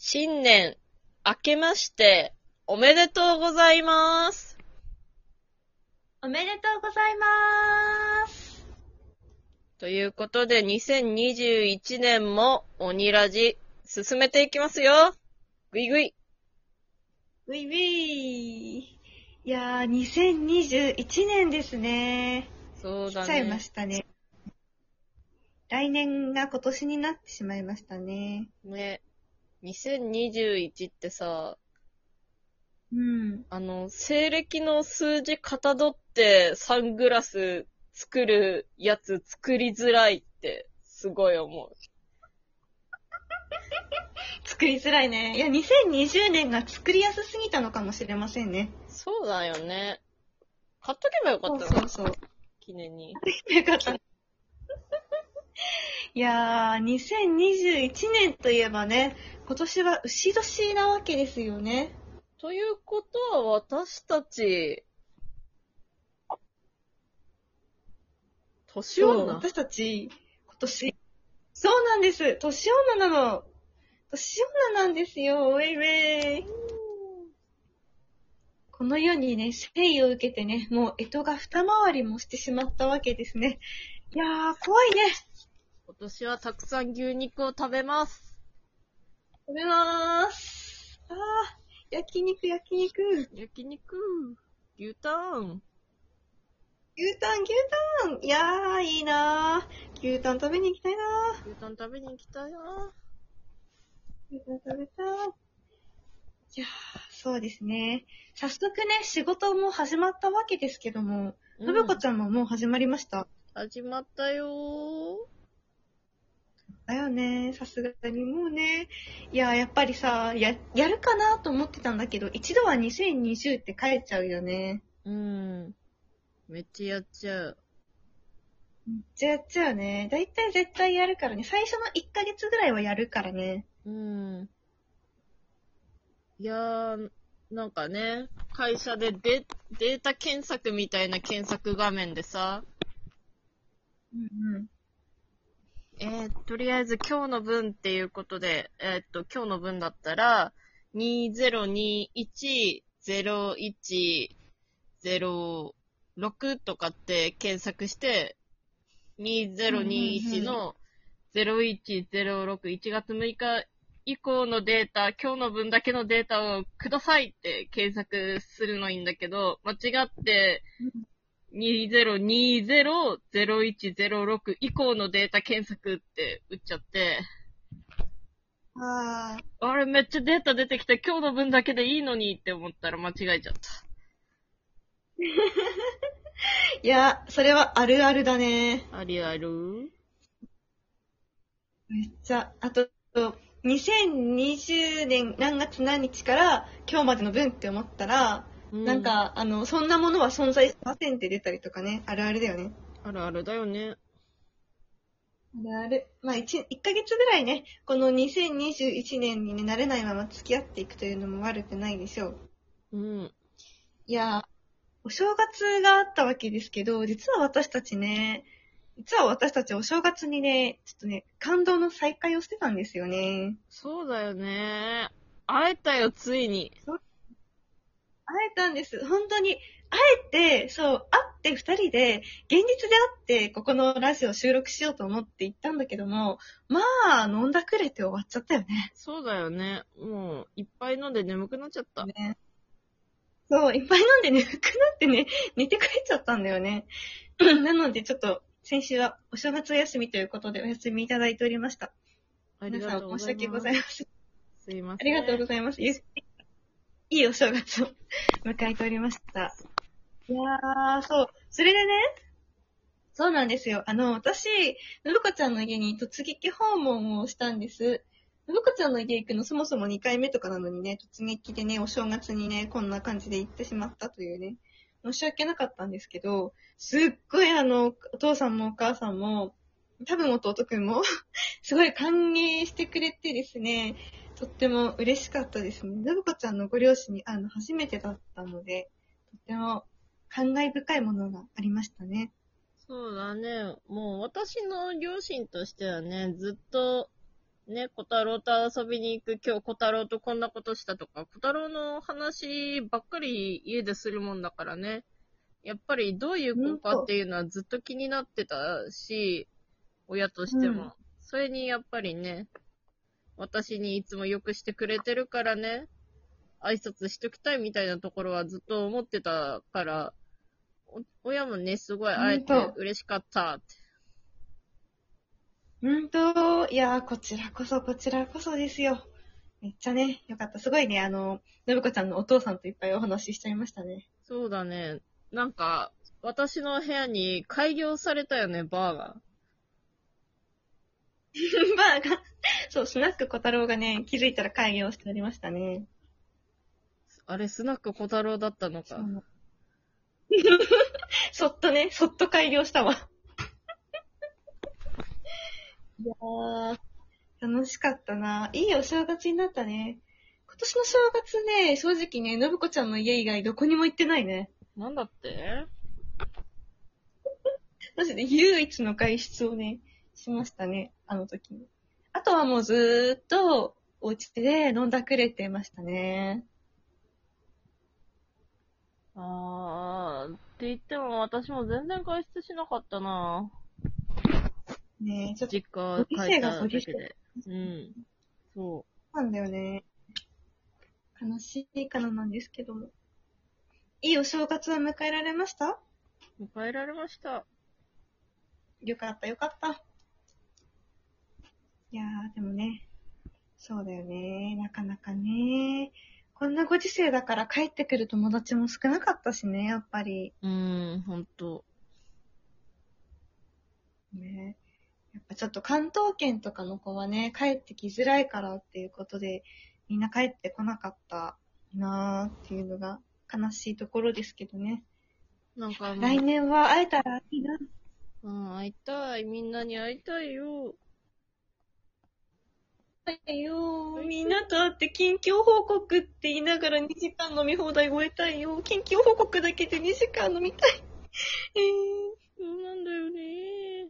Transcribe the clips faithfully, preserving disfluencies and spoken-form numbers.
新年明けましておめでとうございます。 おめでとうございます。 ということでにせんにじゅういちねんも鬼ラジ進めていきますよ。ぐいぐい。 ウィウィー。いやー、にせんにじゅういちねんですね。 そうだね。 来ちゃいましたね。来年が今年になってしまいましたね。 ね。にせんにじゅういちってさ、 うん。 あの、西暦の数字かたどってサングラス作るやつ作りづらいってすごい思う。 作りづらいね。いや、にせんにじゅうねんが作りやすすぎたのかもしれませんね。 そうだよね。買っとけばよかったな。 そうそうそう。 記念に。 よかった。いやー、にせんにじゅういちねんといえばね、今年は牛年なわけですよね。 ということは私たち、年そう、 女私たち、今年、そうなんです。年女なの。年女なんですよ。ウェイウェイ。この世にね、生を受けてね、もう干支が二回りもしてしまったわけですね。いやー、怖いね。 今年はたくさん牛肉を食べます。 食べまーす。あー、焼肉、焼肉。 焼肉、牛タン。 牛タン、牛タン。いやー、いいなー。牛タン食べに行きたいな牛タン食べに行きたいな。 ー。牛タン食べたい。いやー、そうですね。早速ね、仕事も始まったわけですけども、のぶこちゃんももう始まりました。 始まったよー。 だよね。さすがにもうね。いや、やっぱりさ、や、やるかなと思ってたんだけど、一度はにせんにじゅうって書いちゃうよね。 うん。めっちゃやっちゃう。 じゃあやっちゃうね。だいたい絶対やるからね。最初のいっかげつぐらいはやるからね。 うん。いやー、なんかね、会社でデデータ検索みたいな検索画面でさ、 うんうん。 えー、とりあえず今日の分っていうことで、えーっと、今日の分だったら、にせんにじゅういち ゼロいち ゼロろくとかって検索して、にせんにじゅういちのゼロいちゼロろく、いちがつむいか以降のデータ、今日の分だけのデータをくださいって検索するのいいんだけど、間違ってにせんにじゅう ゼロいちゼロろく以降のデータ検索って打っちゃって、 あー。 あれめっちゃデータ出てきた、今日の分だけでいいのにって思ったら間違えちゃった。 いや、それはあるあるだね。 ありあるめっちゃ、あと、にせんにじゅうねん何月何日から今日までの分って思ったら、 うん。 なんか、あの、そんなものは存在しませんって出たりとかね、あるあるだよね。 あるあるだよね。 あるある。まあ、いち、いっかげつぐらいね、このにせんにじゅういちねんにね、慣れないまま付き合っていくというのも悪くないでしょう。 うん。 いやー、お正月があったわけですけど、実は私たちね、実は私たちお正月にね、ちょっとね、感動の再会をしてたんですよね。 そうだよね。会えたよ、ついに。 会えたんです。本当に、会えて、そう、会って二人で、現実で会って、ここのラジオ収録しようと思って行ったんだけども、まあ、飲んだくれて終わっちゃったよね。 そうだよね。もう、いっぱい飲んで眠くなっちゃった。 ね。そう、いっぱい飲んで眠くなってね、寝てくれちゃったんだよね。なので、ちょっと、先週はお正月休みということでお休みいただいておりました。 あり皆さん、 がとうご申し訳ございます。 ざいません。 すいませありがとうごん。 ざいます。ゆいいお正月を迎えておりました。いやー、そう。それでね、そうなんですよ。あの、私、のぶこちゃんの家に突撃訪問をしたんです。のぶこちゃんの家行くのそもそもにかいめとかなのにね、突撃でね、お正月にね、こんな感じで行ってしまったというね、申し訳なかったんですけど、すっごいあの、お父さんもお母さんも、多分弟くんもすごい歓迎してくれてですね、とっても嬉しかったですね。のぶこちゃんのご両親に会うの初めてだったので、とっても感慨深いものがありましたね。 そうだね。もう私の両親としてはね、ずっとね、小太郎と遊びに行く、今日小太郎とこんなことしたとか、小太郎の話ばっかり家でするもんだからね。やっぱりどういう子かっていうのはずっと気になってたし、親としても。 うん、 それにやっぱりね、私にいつもよくしてくれてるからね、挨拶しときたいみたいなところはずっと思ってたから、お親もね、すごい会えほんと。 て嬉しかったって。 ほんと。いやー、こちらこそ、こちらこそですよ。めっちゃね、よかった。すごいね、あの、のぶこちゃんのお父さんといっぱいお話ししちゃいましたね。 そうだね。なんか、私の部屋に開業されたよね、バーが。 バーが、そう、スナック小太郎がね、気づいたら会議をしておりましたね。 あれ、スナック小太郎だったのか。 そう。そっとね、そっと改良したわ。いやー、楽しかったな。いいお正月になったね。今年の正月ね、正直ね、のぶこちゃんの家以外どこにも行ってないね。 なんだって？ マジで唯一の外出をね、しましたね、あの時に。あとはもうずーっと、お家で飲んだくれてましたね。 あー、って言っても私も全然外出しなかったな。 ねえ、ちょっと、 実ご時世家帰ったがご時世だけで。うん。そなんだよね。悲しいかななんですけども。いいお正月を迎えられました？ う。迎えられました。 よかったよかった。いやー、でもね、そうだよね。なかなかね。こんなご時世だから帰ってくる友達も少なかったしね、やっぱり。 うーん、ほんと。 ね。やっぱちょっと関東圏とかの子はね、帰ってきづらいからっていうことで、みんな帰ってこなかったなーっていうのが悲しいところですけどね。 なんかも来年は会えたらいいな。 う、うん、会いたい。みんなに会いたいよ。 はいよー。みんなと会って近況報告って言いながらにじかん飲み放題終えたいよ。近況報告だけでにじかん飲みたい。えー、 そうなんだよね。 えー、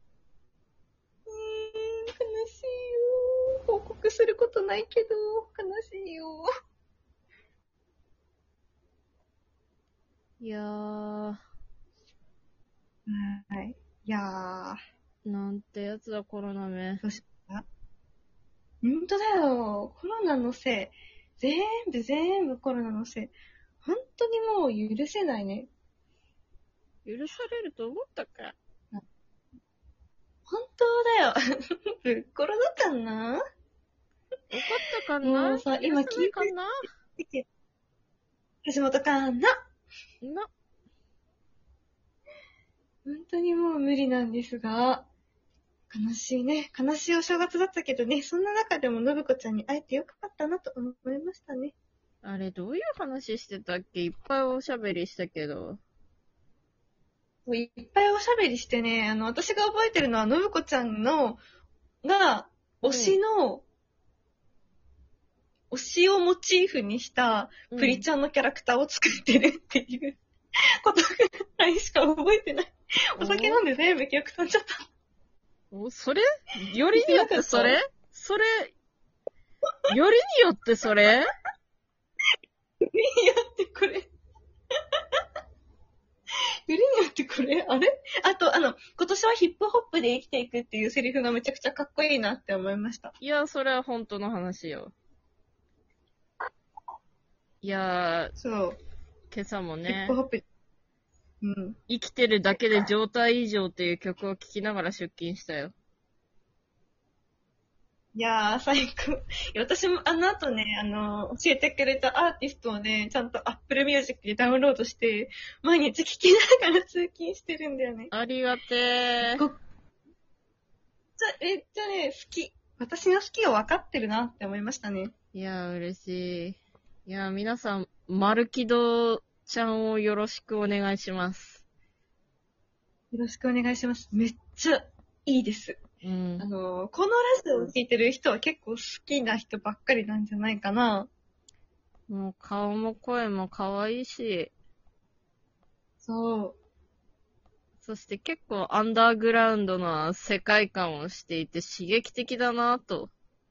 悲しいよー。報告することないけど、悲しいよいやー、 ー。はい。いやー、 なんてやつだ、コロナめ。 どうしたほんとだよ。コロナのせい。全部全部コロナのせい。本当にもう許せないね。 許されると思ったか。 本当だよ。ぶっころだったんな。 怒ったかな？ もうさ、今許さないかな？ 橋本環奈。 な、 本当にもう無理なんですが、悲しいね。悲しいお正月だったけどね、そんな中でも信子ちゃんに会えてよかったなと思いましたね。 あれ、どういう話してたっけ？いっぱいおしゃべりしたけど。 いっぱいおしゃべりしてね、あの、私が覚えてるのは信子ちゃんの、が、推しの、推しをモチーフにしたうん、 プリちゃんのキャラクターを作ってるっていうことぐらいしか覚えてない。お酒飲んで全部記憶飛んじゃった。 お、それよりによってそれそれ、よりによってそれいやってこれ。よりによってこれあれあと、あの、今年はヒップホップで生きていくっていうセリフがめちゃくちゃかっこいいなって思いました。 いや、それは本当の話よ。いやー、 そう。 今朝もヒッねプ、ホップ。うん。 生きてるだけで状態異常っていう曲を聴きながら出勤したよ。 いやー、最高。いや私もあの後ね、あの、教えてくれたアーティストをね、ちゃんと Apple Music でダウンロードして、毎日聴きながら通勤してるんだよね。 ありがてー。 ごめっちゃね、好き。私の好きを分かってるなって思いましたね。 いやー、嬉しい。いやー、皆さん、マルキドちゃんをよろしくお願いします。 よろしくお願いします。めっちゃいいです。 うん。 あの、このラジオを聞いてる人は結構好きな人ばっかりなんじゃないかな。 もう顔も声も可愛いし、 そう。 そして結構アンダーグラウンドな世界観をしていて刺激的だなぁと。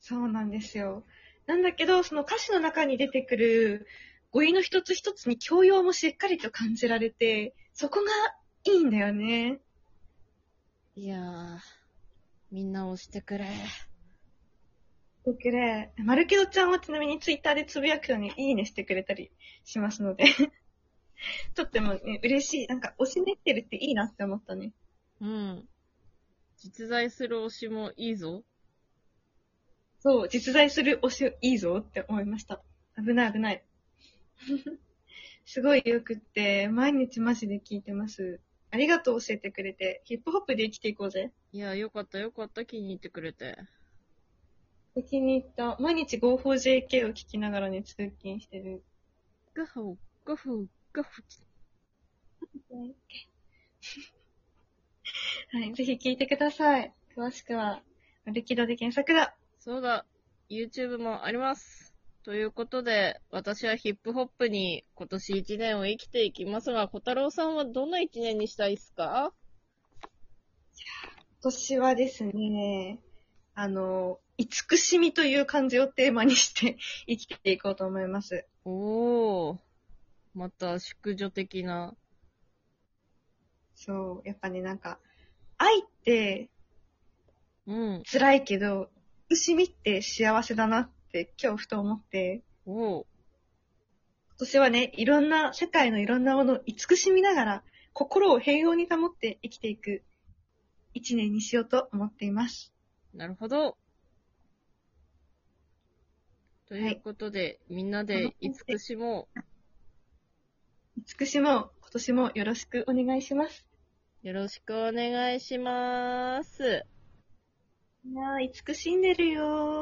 そうなんですよ。なんだけど、その歌詞の中に出てくる語彙の一つ一つに教養もしっかりと感じられて、そこがいいんだよね。 いやー、みんな押してくれ。 だけで、マルケドちゃんはちなみにツイッターでつぶやくようにいいねしてくれたりしますので、とってもね、嬉しい。なんか推しめってるっていいなって思ったね。 うん。実在する推しもいいぞ。 そう、実在する推しいいぞって思いました。危ない危ない。すごいよくって、毎日マジで聞いてます。ありがとう教えてくれて。ヒップホップで生きていこうぜ。 いや、よかったよかった。気に入ってくれて。 気に入った。毎日 ゴーフォージェーケー を聞きながらね、通勤してる。 ガホ、ガフ、ガフ。 はい、ぜひ聞いてください。詳しくは、マルキドで検索だ。 そうだ。YouTube もあります。ということで、私はヒップホップに今年一年を生きていきますが、小太郎さんはどんな一年にしたいですか？ 今年はですね、あの、慈しみという漢字をテーマにして生きていこうと思います。 おー。また、淑女的な。 そう、やっぱね、なんか、愛ってうん。 辛いけど、慈しみって幸せだなって今日ふと思って、 おー。 今年はね、いろんな、世界のいろんなものを慈しみながら、心を平穏に保って生きていく一年にしようと思っています。 なるほど。ということで、みんなで慈しもう。 慈しもう、今年もよろしくお願いします。 よろしくお願いします。 いやー、慈しんでるよー。